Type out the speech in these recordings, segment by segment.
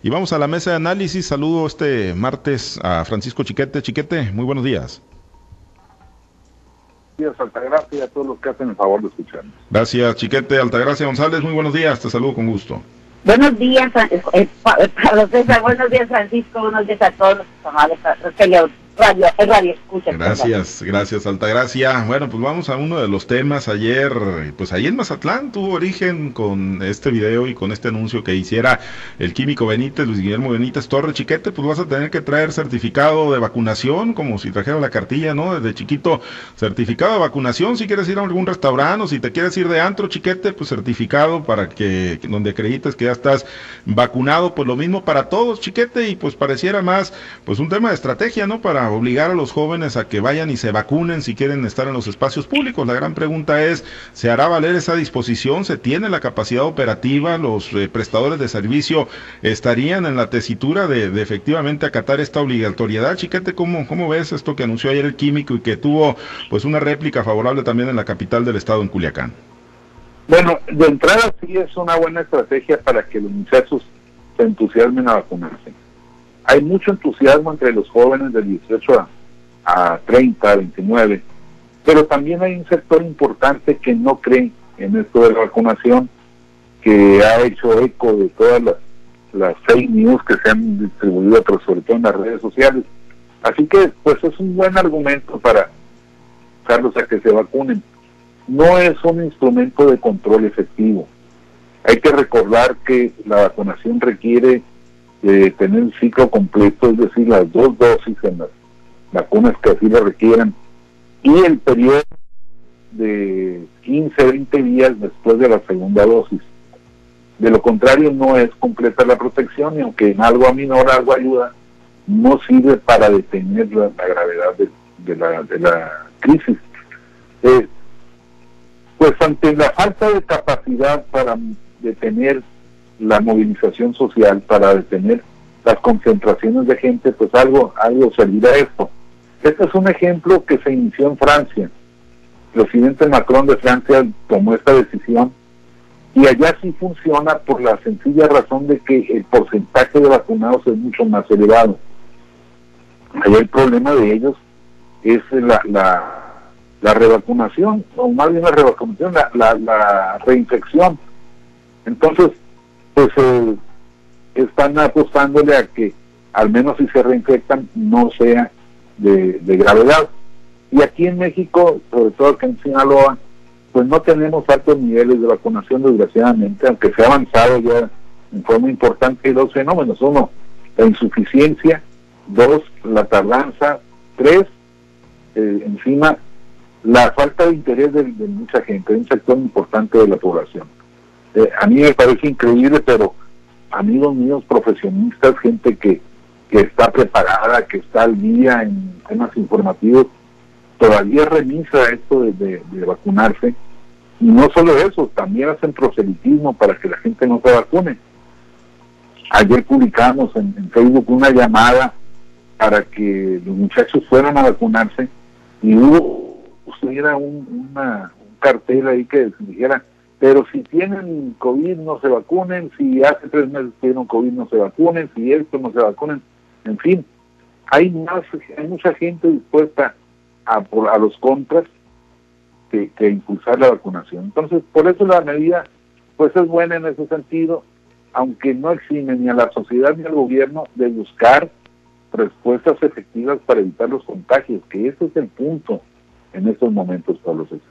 Y vamos a la mesa de análisis. Saludo este martes a Francisco Chiquete. Chiquete, muy buenos días. Días, Altagracia, y a todos los que hacen el favor de escucharnos. Gracias, Chiquete. Altagracia González, muy buenos días. Te saludo con gusto. Buenos días, Pablo César, buenos días, Francisco, buenos días a todos los amables radio escucha. Gracias, Altagracia. Bueno, pues vamos a uno de los temas. Ayer, pues ahí en Mazatlán tuvo origen con este video y con este anuncio que hiciera el químico Benítez, Luis Guillermo Benítez Torres. Chiquete, pues vas a tener que traer certificado de vacunación, como si trajera la cartilla, ¿no? Desde chiquito, certificado de vacunación, si quieres ir a algún restaurante o si te quieres ir de antro, Chiquete, pues certificado para que, donde acredites que ya estás vacunado. Pues lo mismo para todos, Chiquete, y pues pareciera más, pues un tema de estrategia, ¿no? Para obligar a los jóvenes a que vayan y se vacunen si quieren estar en los espacios públicos. La gran pregunta es, ¿se hará valer esa disposición? ¿Se tiene la capacidad operativa? ¿Los prestadores de servicio estarían en la tesitura de efectivamente acatar esta obligatoriedad? Chiquete, ¿cómo ves esto que anunció ayer el químico y que tuvo pues una réplica favorable también en la capital del estado, en Culiacán? Bueno, de entrada sí es una buena estrategia para que los muchachos se entusiasmen a vacunarse. Hay mucho entusiasmo entre los jóvenes de 18 a 30, a 29, pero también hay un sector importante que no cree en esto de la vacunación, que ha hecho eco de todas las fake news que se han distribuido, pero sobre todo en las redes sociales. Así que, pues es un buen argumento para sacarlos a que se vacunen. No es un instrumento de control efectivo. Hay que recordar que la vacunación requiere de tener un ciclo completo, es decir, las 2 dosis en las vacunas que así lo requieran, y el periodo de 15, 20 días después de la segunda dosis. De lo contrario, no es completa la protección, y aunque en algo aminora, algo ayuda, no sirve para detener la gravedad de la crisis. Pues ante la falta de capacidad para detener la movilización social, para detener las concentraciones de gente, pues algo servirá esto. Este es un ejemplo que se inició en Francia. El presidente Macron de Francia tomó esta decisión y allá sí funciona por la sencilla razón de que el porcentaje de vacunados es mucho más elevado. Allá el problema de ellos es la revacunación, o más bien la revacunación, la reinfección. Entonces, pues están apostándole a que al menos si se reinfectan no sea de gravedad. Y aquí en México, sobre todo aquí en Sinaloa, pues no tenemos altos niveles de vacunación, desgraciadamente, aunque se ha avanzado ya en forma importante. Hay 2 fenómenos: 1, la insuficiencia; 2, la tardanza; 3, encima, la falta de interés de mucha gente, de un sector importante de la población. A mí me parece increíble, pero amigos míos profesionistas, gente que está preparada, que está al día en temas informativos, todavía remisa esto de vacunarse. Y no solo eso, también hacen proselitismo para que la gente no se vacune. Ayer publicamos en Facebook una llamada para que los muchachos fueran a vacunarse, y hubiera un cartel ahí que dijera: pero si tienen COVID no se vacunen, si hace 3 meses tuvieron COVID no se vacunen, si esto no se vacunen. En fin, hay mucha gente dispuesta a los contras que impulsar la vacunación. Entonces, por eso la medida pues es buena en ese sentido, aunque no exime ni a la sociedad ni al gobierno de buscar respuestas efectivas para evitar los contagios, que ese es el punto en estos momentos, Pablo César.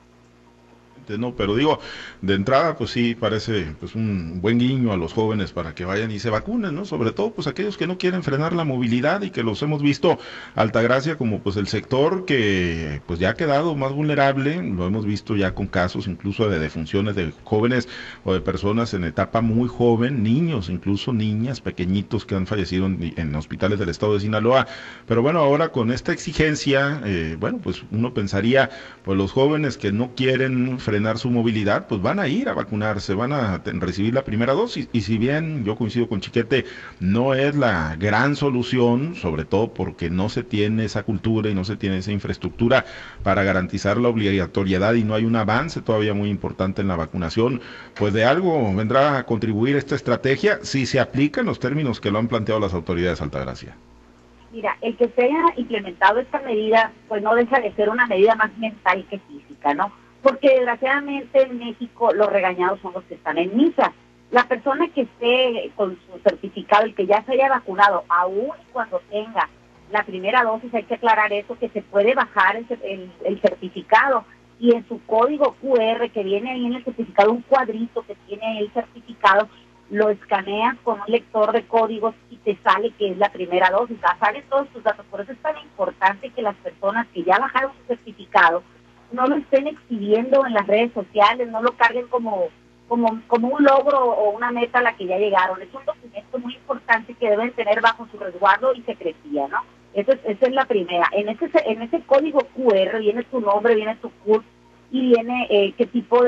No, pero digo, de entrada, pues sí, parece pues un buen guiño a los jóvenes para que vayan y se vacunen, ¿no? Sobre todo, pues aquellos que no quieren frenar la movilidad y que los hemos visto, Altagracia, como pues el sector que pues ya ha quedado más vulnerable. Lo hemos visto ya con casos incluso de defunciones de jóvenes o de personas en etapa muy joven, niños, incluso niñas, pequeñitos que han fallecido en hospitales del estado de Sinaloa. Pero bueno, ahora con esta exigencia, bueno, pues uno pensaría, pues los jóvenes que no quieren frenar frenar su movilidad, pues van a ir a vacunarse, van a recibir la primera dosis. Y si bien yo coincido con Chiquete, no es la gran solución, sobre todo porque no se tiene esa cultura y no se tiene esa infraestructura para garantizar la obligatoriedad y no hay un avance todavía muy importante en la vacunación, pues de algo vendrá a contribuir esta estrategia si se aplica en los términos que lo han planteado las autoridades de Altagracia. Mira, el que se haya implementado esta medida, pues no deja de ser una medida más mental que física, ¿no? Porque desgraciadamente en México los regañados son los que están en misa. La persona que esté con su certificado, el que ya se haya vacunado, aún cuando tenga la primera dosis, hay que aclarar eso, que se puede bajar el certificado y en su código QR que viene ahí en el certificado, un cuadrito que tiene el certificado, lo escaneas con un lector de códigos y te sale que es la primera dosis, salen todos tus datos. Por eso es tan importante que las personas que ya bajaron su certificado no lo estén exhibiendo en las redes sociales, no lo carguen como un logro o una meta a la que ya llegaron. Es un documento muy importante que deben tener bajo su resguardo y secrecía, ¿no? Esa es la primera. En ese código QR viene tu nombre, viene tu CURP y viene qué tipo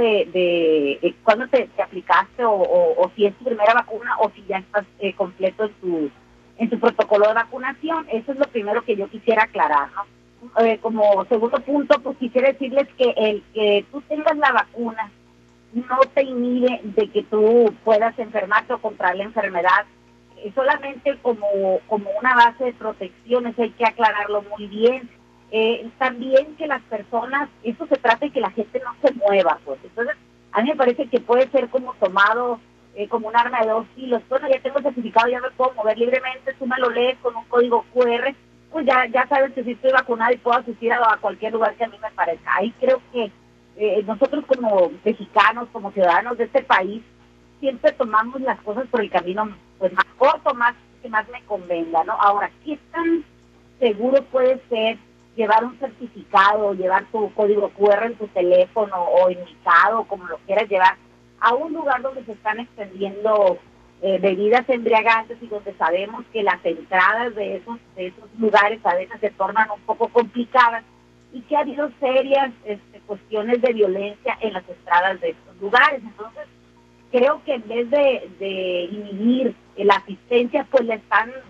cuándo te aplicaste o si es tu primera vacuna o si ya estás completo en tu protocolo de vacunación. Eso es lo primero que yo quisiera aclarar, ¿no? Como segundo punto, pues quisiera decirles que el que tú tengas la vacuna no te inhibe de que tú puedas enfermarte o contraer la enfermedad, solamente como una base de protección, eso hay que aclararlo muy bien. También que las personas, eso se trata de que la gente no se mueva, pues. Entonces, a mí me parece que puede ser como tomado como un arma de dos filos. Bueno, ya tengo el certificado, ya me puedo mover libremente, tú me lo lees con un código QR, pues ya sabes que si estoy vacunada y puedo asistir a cualquier lugar que a mí me parezca. Ahí creo que nosotros como mexicanos, como ciudadanos de este país, siempre tomamos las cosas por el camino pues más corto, que más me convenga, ¿no? Ahora, ¿qué tan seguro puede ser llevar un certificado, llevar tu código QR en tu teléfono o indicado, como lo quieras llevar, a un lugar donde se están extendiendo bebidas embriagantes y donde sabemos que las entradas de esos lugares a veces se tornan un poco complicadas y que ha habido serias cuestiones de violencia en las entradas de estos lugares? Entonces, creo que en vez de inhibir la asistencia, pues la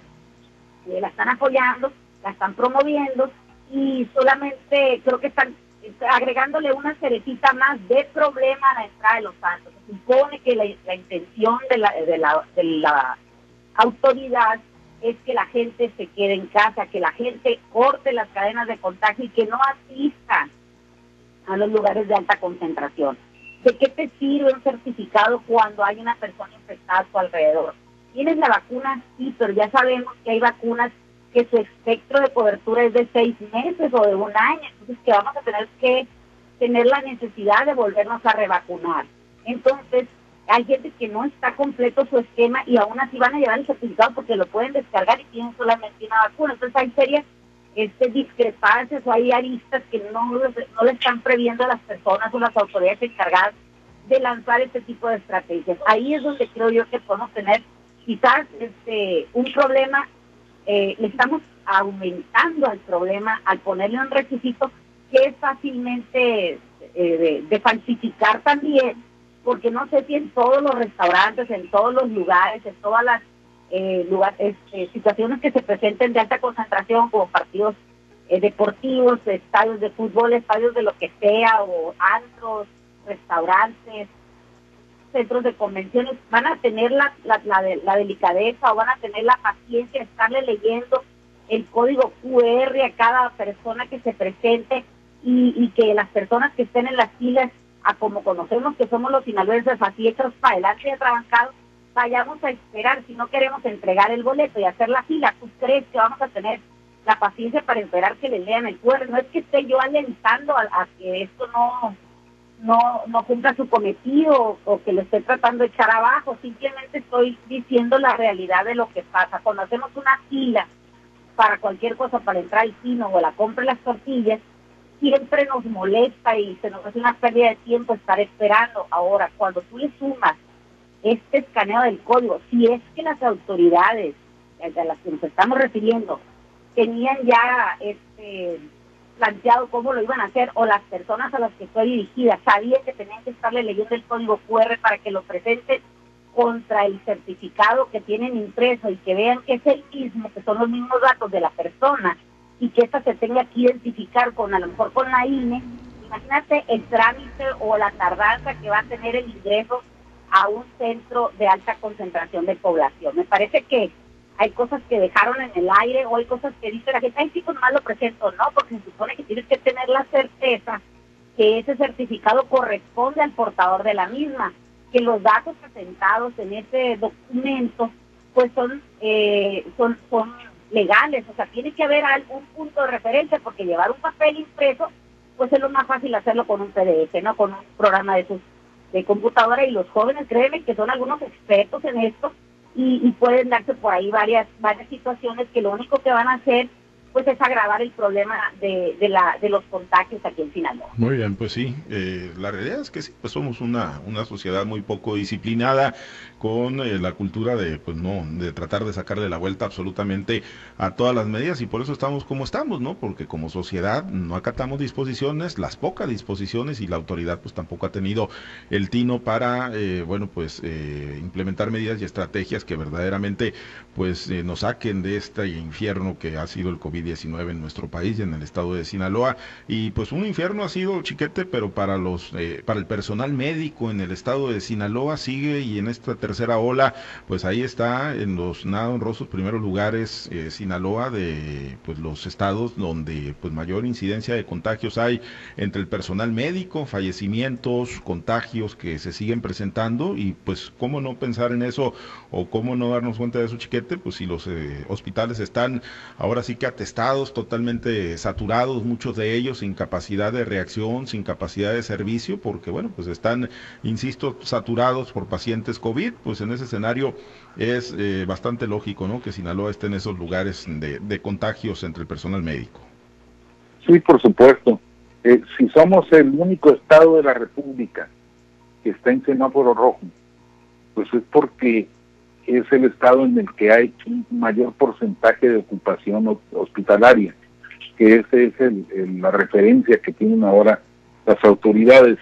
están apoyando, la están promoviendo y solamente creo que están agregándole una cerecita más de problema a la entrada de Los Santos. Se supone que la intención de la autoridad es que la gente se quede en casa, que la gente corte las cadenas de contagio y que no asistan a los lugares de alta concentración. ¿De qué te sirve un certificado cuando hay una persona infectada a tu alrededor? ¿Tienes la vacuna? Sí, pero ya sabemos que hay vacunas que su espectro de cobertura es de 6 meses o de 1 año, entonces que vamos a tener que tener la necesidad de volvernos a revacunar. Entonces, hay gente que no está completo su esquema y aún así van a llevar el certificado porque lo pueden descargar y tienen solamente una vacuna. Entonces hay serias discrepancias o hay aristas que no le están previendo a las personas o las autoridades encargadas de lanzar este tipo de estrategias. Ahí es donde creo yo que podemos tener quizás un problema. Le estamos aumentando al problema al ponerle un requisito que es fácilmente de falsificar también, porque no sé si en todos los restaurantes, en todos los lugares, en todas las situaciones que se presenten de alta concentración, como partidos deportivos, estadios de fútbol, estadios de lo que sea, o antros, restaurantes, centros de convenciones, van a tener la delicadeza o van a tener la paciencia de estarle leyendo el código QR a cada persona que se presente y que las personas que estén en las filas, a como conocemos que somos los sinaloenses, así hechos para adelante y atrabancados, vayamos a esperar. Si no queremos entregar el boleto y hacer la fila, ¿tú crees que vamos a tener la paciencia para esperar que le lean el QR? No es que esté yo alentando a que esto no cumpla su cometido o que lo esté tratando de echar abajo, simplemente estoy diciendo la realidad de lo que pasa. Cuando hacemos una fila para cualquier cosa, para entrar al kino o la compra de las tortillas, siempre nos molesta y se nos hace una pérdida de tiempo estar esperando. Ahora, cuando tú le sumas este escaneo del código, si es que las autoridades a las que nos estamos refiriendo tenían ya planteado cómo lo iban a hacer, o las personas a las que fue dirigida sabían que tenían que estarle leyendo el código QR para que lo presenten contra el certificado que tienen impreso y que vean que es el mismo, que son los mismos datos de la persona, y que ésta se tenga que identificar con, a lo mejor con la INE. Imagínate el trámite o la tardanza que va a tener el ingreso a un centro de alta concentración de población. Me parece que hay cosas que dejaron en el aire, o hay cosas que dice la gente, ay, sí, pues nomás lo presento, no, porque se supone que tienes que tener la certeza que ese certificado corresponde al portador de la misma, que los datos presentados en ese documento pues son legales, o sea, tiene que haber algún punto de referencia, porque llevar un papel impreso pues es lo más fácil hacerlo con un PDF, ¿no? Con un programa de computadora, y los jóvenes, créeme que son algunos expertos en esto, y pueden darse por ahí varias situaciones que lo único que van a hacer pues es agravar el problema de los contagios aquí en Sinaloa. Muy bien, pues sí, la realidad es que sí, pues somos una sociedad muy poco disciplinada, con la cultura de, pues no, de tratar de sacarle la vuelta absolutamente a todas las medidas, y por eso estamos como estamos, ¿no? Porque como sociedad no acatamos disposiciones, las pocas disposiciones, y la autoridad pues tampoco ha tenido el tino para, implementar medidas y estrategias que verdaderamente pues nos saquen de este infierno que ha sido el COVID-19 en nuestro país y en el estado de Sinaloa. Y pues un infierno ha sido, Chiquete, pero para el personal médico en el estado de Sinaloa sigue, y en esta tercera ola pues ahí está en los nada honrosos primeros lugares Sinaloa de pues los estados donde pues mayor incidencia de contagios hay entre el personal médico, fallecimientos, contagios que se siguen presentando. Y pues cómo no pensar en eso, o cómo no darnos cuenta de eso, Chiquete, pues si los hospitales están ahora sí que atestados, totalmente saturados, muchos de ellos sin capacidad de reacción, sin capacidad de servicio, porque bueno, pues están, insisto, saturados por pacientes COVID. Pues en ese escenario es bastante lógico, ¿no?, que Sinaloa esté en esos lugares de contagios entre el personal médico. Sí, por supuesto. Si somos el único estado de la República que está en semáforo rojo, pues es porque es el estado en el que hay un mayor porcentaje de ocupación hospitalaria, que esa es la referencia que tienen ahora las autoridades.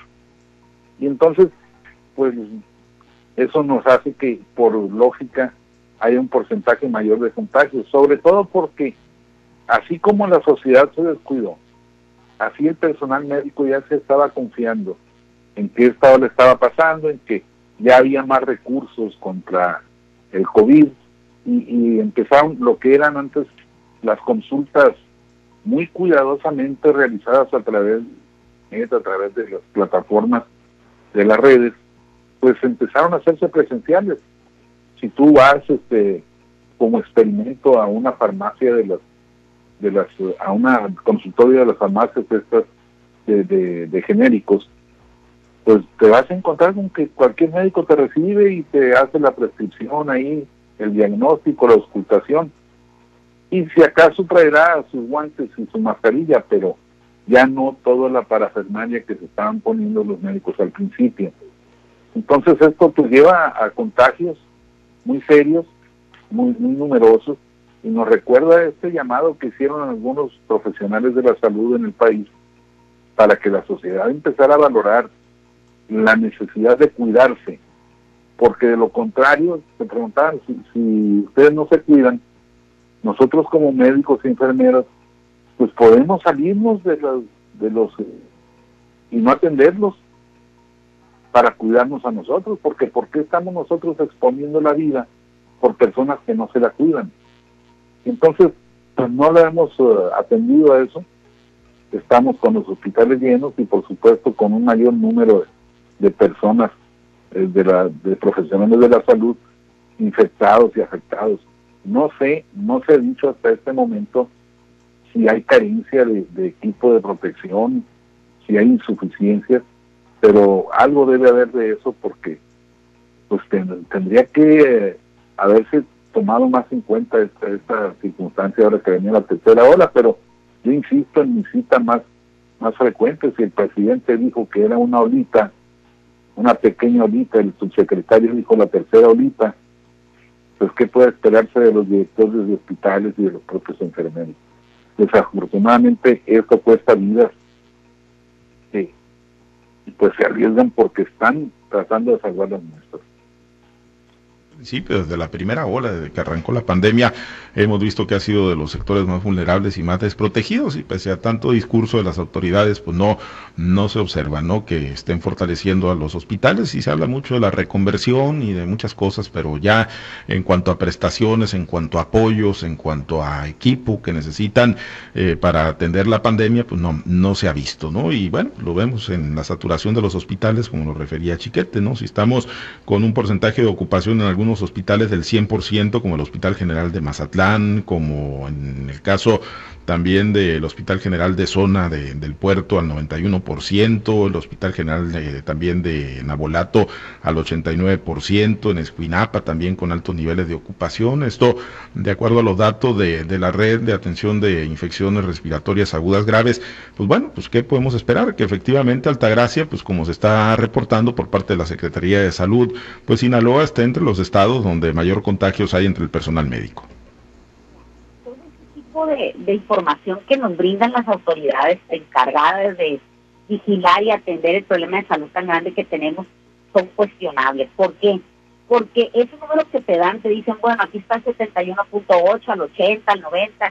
Y entonces, pues, eso nos hace que, por lógica, haya un porcentaje mayor de contagios, sobre todo porque, así como la sociedad se descuidó, así el personal médico ya se estaba confiando en qué estado le estaba pasando, en que ya había más recursos contra el COVID, y empezaron lo que eran antes las consultas muy cuidadosamente realizadas a través de las plataformas de las redes, pues empezaron a hacerse presenciales. Si tú vas como experimento a una farmacia a una consultoria de las farmacias estas de genéricos, pues te vas a encontrar con que cualquier médico te recibe y te hace la prescripción ahí, el diagnóstico, la auscultación, y si acaso traerá sus guantes y su mascarilla, pero ya no toda la parafernalia que se estaban poniendo los médicos al principio. Entonces esto pues lleva a contagios muy serios, muy numerosos, y nos recuerda este llamado que hicieron algunos profesionales de la salud en el país para que la sociedad empezara a valorar la necesidad de cuidarse, porque de lo contrario, se preguntaban, si ustedes no se cuidan, nosotros como médicos y enfermeras, pues podemos salirnos de los y no atenderlos para cuidarnos a nosotros, porque ¿por qué estamos nosotros exponiendo la vida por personas que no se la cuidan? Entonces, pues no le hemos atendido a eso. Estamos con los hospitales llenos y por supuesto con un mayor número de personas, de profesionales de la salud infectados y afectados. No se ha dicho hasta este momento si hay carencia de equipo de protección, si hay insuficiencias, pero algo debe haber de eso, porque pues tendría que haberse tomado más en cuenta esta circunstancia ahora que venía la tercera ola. Pero yo insisto en mi cita más frecuente: si el presidente dijo que era una olita, una pequeña olita, el subsecretario dijo la tercera olita, pues ¿qué puede esperarse de los directores de hospitales y de los propios enfermeros? desafortunadamente esto cuesta vidas, y pues se arriesgan porque están tratando de salvar las nuestras. Sí, pero desde la primera ola, desde que arrancó la pandemia, hemos visto que ha sido de los sectores más vulnerables y más desprotegidos, y pese a tanto discurso de las autoridades, pues no se observa, ¿no?, que estén fortaleciendo a los hospitales, y se habla mucho de la reconversión y de muchas cosas, pero ya en cuanto a prestaciones, en cuanto a apoyos, en cuanto a equipo que necesitan para atender la pandemia, pues no se ha visto, ¿no? Y bueno, lo vemos en la saturación de los hospitales, como lo refería Chiquete, ¿no? Si estamos con un porcentaje de ocupación en algunos hospitales del 100%, como el Hospital General de Mazatlán, como en el caso también del Hospital General de Zona del Puerto al 91%, el Hospital General también de Nabolato al 89%, en Escuinapa también con altos niveles de ocupación. Esto de acuerdo a los datos de la red de atención de infecciones respiratorias agudas graves. Pues bueno, pues ¿qué podemos esperar? Que efectivamente Altagracia, pues como se está reportando por parte de la Secretaría de Salud, pues Sinaloa está entre los estados donde mayor contagios hay entre el personal médico. De información que nos brindan las autoridades encargadas de vigilar y atender el problema de salud tan grande que tenemos son cuestionables. ¿Por qué? Porque esos números que te dan, te dicen, bueno, aquí está el 71.8, al 80, al 90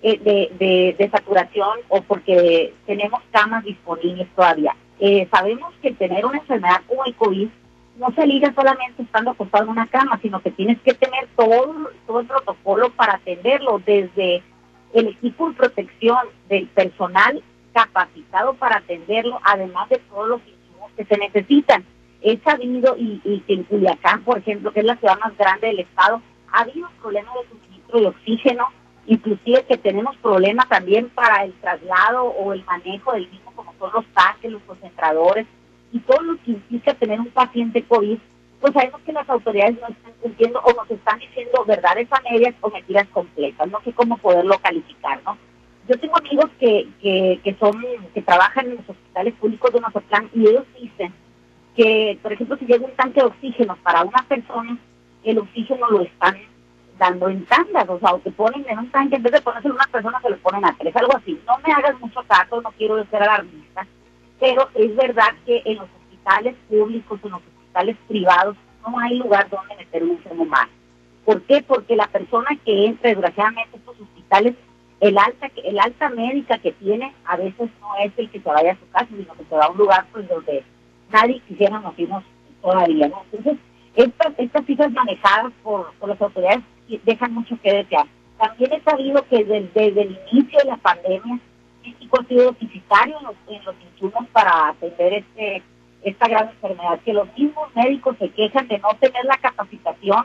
de saturación, o porque tenemos camas disponibles todavía. Sabemos que tener una enfermedad como el COVID no se liga solamente estando acostado en una cama, sino que tienes que tener todo el protocolo para atenderlo, desde el equipo de protección del personal capacitado para atenderlo, además de todos los insumos que se necesitan. He sabido y que en Culiacán, por ejemplo, que es la ciudad más grande del estado, ha habido problemas de suministro de oxígeno, inclusive que tenemos problemas también para el traslado o el manejo del mismo, como son los tanques, los concentradores, y todo lo que implica tener un paciente COVID. Pues sabemos que las autoridades no están cumpliendo o nos están diciendo verdades a medias o mentiras completas. No sé cómo poderlo calificar, ¿no? Yo tengo amigos que trabajan en los hospitales públicos de Mazatlán, y ellos dicen que, por ejemplo, si llega un tanque de oxígeno para una persona, el oxígeno lo están dando en tandas, o sea, o te ponen en un tanque, en vez de ponérselo a una persona, se lo ponen a 3, algo así. No me hagas mucho caso, no quiero ser alarmista, pero es verdad que en los hospitales públicos, en los hospitales privados, no hay lugar donde meter un enfermo más. ¿Por qué? Porque la persona que entra, desgraciadamente, a estos hospitales, el alta médica que tiene, a veces no es el que se vaya a su casa, sino que se va a un lugar pues donde nadie quisiera nos irnos todavía, ¿no? Entonces, estas cifras manejadas por las autoridades dejan mucho que desear. También he sabido que desde el inicio de la pandemia, México ha sido deficitario en los insumos para atender esta gran enfermedad, que los mismos médicos se quejan de no tener la capacitación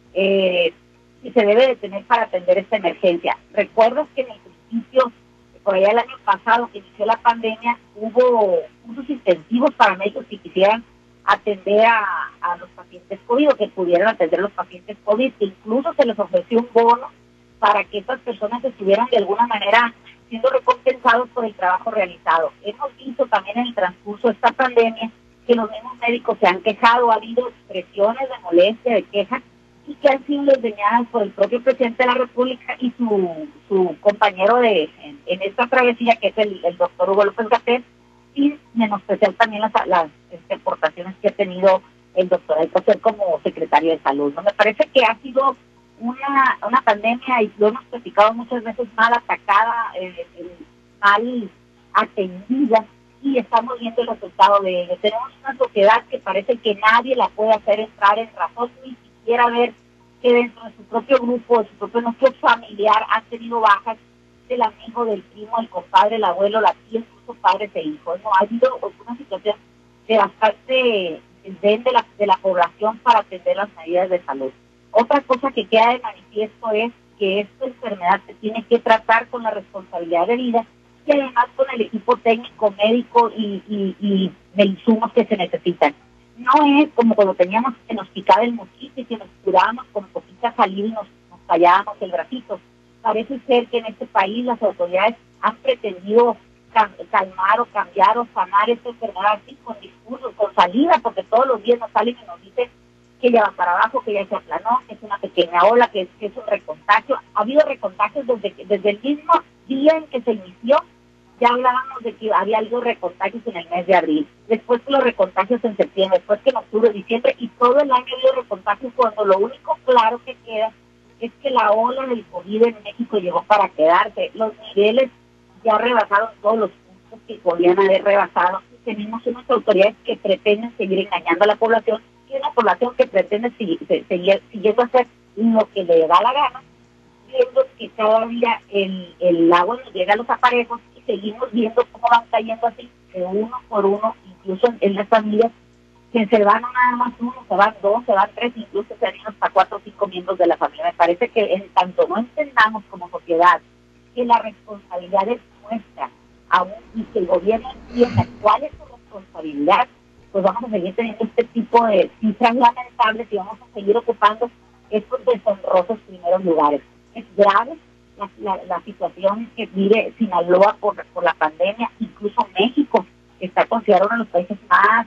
que se debe de tener para atender esta emergencia. ¿Recuerdas que en el principio, por allá el año pasado que inició la pandemia, hubo unos incentivos para médicos que quisieran atender a los pacientes COVID, o que pudieran atender a los pacientes COVID, que incluso se les ofreció un bono para que estas personas estuvieran de alguna manera siendo recompensados por el trabajo realizado? Hemos visto también en el transcurso de esta pandemia que los mismos médicos se han quejado, ha habido expresiones de molestia, de queja, y que han sido desdeñadas por el propio presidente de la República y su compañero en esta travesía, que es el doctor Hugo López-Gatell, sin menospreciar también las aportaciones que ha tenido el doctor Alcocer como secretario de Salud, ¿no? Me parece que ha sido una pandemia, y lo hemos platicado muchas veces, mal atacada, mal atendida, y estamos viendo el resultado de ello. Tenemos una sociedad que parece que nadie la puede hacer entrar en razón, ni siquiera ver que dentro de su propio grupo, de su propio núcleo familiar, han tenido bajas del amigo, del primo, el compadre, el abuelo, la tía, incluso padres e hijos. No ha habido una situación de bastante desdén de la población para atender las medidas de salud. Otra cosa que queda de manifiesto es que esta enfermedad se tiene que tratar con la responsabilidad de vida, y además con el equipo técnico, médico y de insumos que se necesitan. No es como cuando teníamos que nos picaba el mosquito y que nos curábamos con poquita saliva y nos callábamos el bracito. Parece ser que en este país las autoridades han pretendido calmar o cambiar o sanar esta enfermedad así, con discursos, con salida, porque todos los días nos salen y nos dicen que ya va para abajo, que ya se aplanó, que es una pequeña ola, que es un recontagio. Ha habido recontagios desde el mismo día en que se inició, ya hablábamos de que había habido recontagios en el mes de abril, después que los recontagios en septiembre, después que en octubre, diciembre, y todo el año ha habido recontagios, cuando lo único claro que queda es que la ola del COVID en México llegó para quedarse. Los niveles ya rebasaron todos los puntos que podían haber rebasado. Tenemos unas autoridades que pretenden seguir engañando a la población, y una población que pretende seguir siguiendo a hacer lo que le da la gana, viendo que cada día el agua nos llega a los aparejos, y seguimos viendo cómo van cayendo así, de uno por uno, incluso en las familias, que se van no nada más uno, se van dos, se van tres, incluso se han ido hasta 4 o 5 miembros de la familia. Me parece que en tanto no entendamos como sociedad que la responsabilidad es nuestra, aún y que el gobierno entienda cuál es su responsabilidad, pues vamos a seguir teniendo este tipo de cifras lamentables y vamos a seguir ocupando estos deshonrosos primeros lugares. Es grave la situación que vive Sinaloa por la pandemia, incluso México, que está considerado uno de los países más,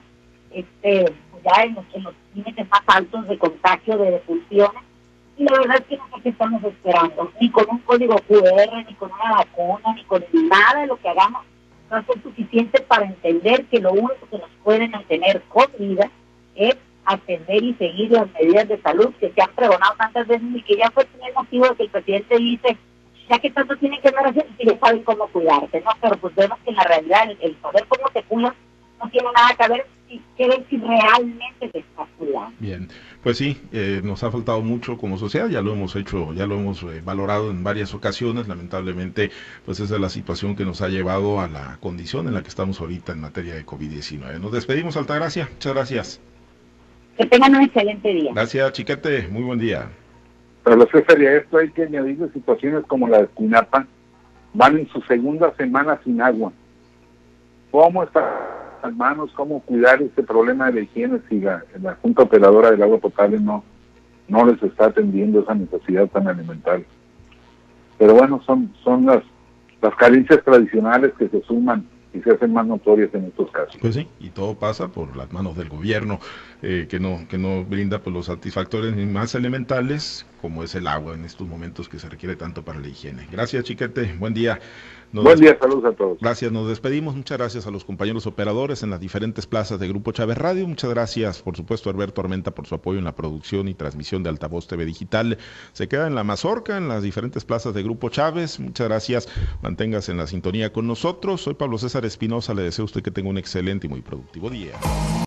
ya en los límites más altos de contagio, de defunciones, y la verdad es que no sé qué estamos esperando, ni con un código QR, ni con una vacuna, ni con nada de lo que hagamos, no es suficiente para entender que lo único que nos puede mantener con vida es atender y seguir las medidas de salud que se han pregonado tantas veces y que ya fue el motivo de que el presidente dice, ya que tanto tienen que andar haciendo, si ya saben cómo cuidarse, ¿no? Pero pues vemos que en la realidad el saber cómo te cuidas no tiene nada que ver si realmente te estás cuidando. Bien, pues sí, nos ha faltado mucho como sociedad, ya lo hemos hecho, ya lo hemos valorado en varias ocasiones, lamentablemente pues esa es la situación que nos ha llevado a la condición en la que estamos ahorita en materia de COVID-19. Nos despedimos, Altagracia, muchas gracias. Que tengan un excelente día. Gracias, Chiquete, muy buen día. Pero César, y a esto hay que añadirle situaciones como la de Tinapa, van en su segunda semana sin agua. ¿Cómo están las manos? ¿Cómo cuidar este problema de la higiene si la Junta Operadora del Agua Potable no les está atendiendo esa necesidad tan elemental? Pero bueno, son las carencias tradicionales que se suman y se hacen más notorias en estos casos. Pues sí, y todo pasa por las manos del gobierno, que no brinda pues, los satisfactores más elementales, como es el agua en estos momentos que se requiere tanto para la higiene. Gracias, Chiquete, buen día. Buen día, saludos a todos. Gracias, nos despedimos. Muchas gracias a los compañeros operadores en las diferentes plazas de Grupo Chávez Radio. Muchas gracias, por supuesto, a Alberto Armenta por su apoyo en la producción y transmisión de Altavoz TV Digital. Se queda en la mazorca, en las diferentes plazas de Grupo Chávez. Muchas gracias, manténgase en la sintonía con nosotros. Soy Pablo César Espinosa, le deseo a usted que tenga un excelente y muy productivo día.